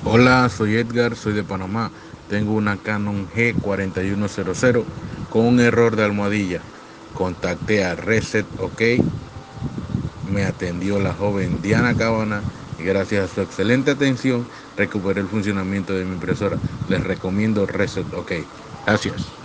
Hola, soy Edgar, soy de Panamá. Tengo una Canon G4100 con un error de almohadilla. Contacté a Reset OK, me atendió la joven Diana Cabana y gracias a su excelente atención recuperé el funcionamiento de mi impresora. Les recomiendo Reset OK. Gracias.